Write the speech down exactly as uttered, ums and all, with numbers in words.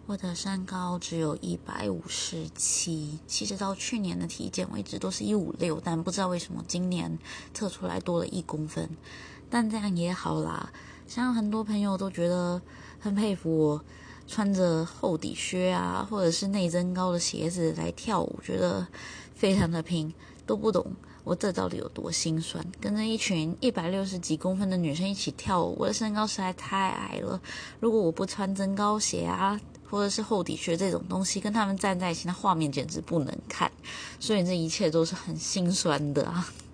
我的身高只有一百五十七，其实到去年的体检为止都是一百五十六，但不知道为什么今年测出来多了一公分。但这样也好啦，像很多朋友都觉得很佩服我，穿着厚底靴啊，或者是内增高的鞋子来跳舞，觉得非常的拼，都不懂我这到底有多心酸。跟着一群一百六十几公分的女生一起跳舞，我的身高实在太矮了。如果我不穿增高鞋啊，或者是厚底靴这种东西，跟他们站在一起，那画面简直不能看。所以这一切都是很心酸的啊。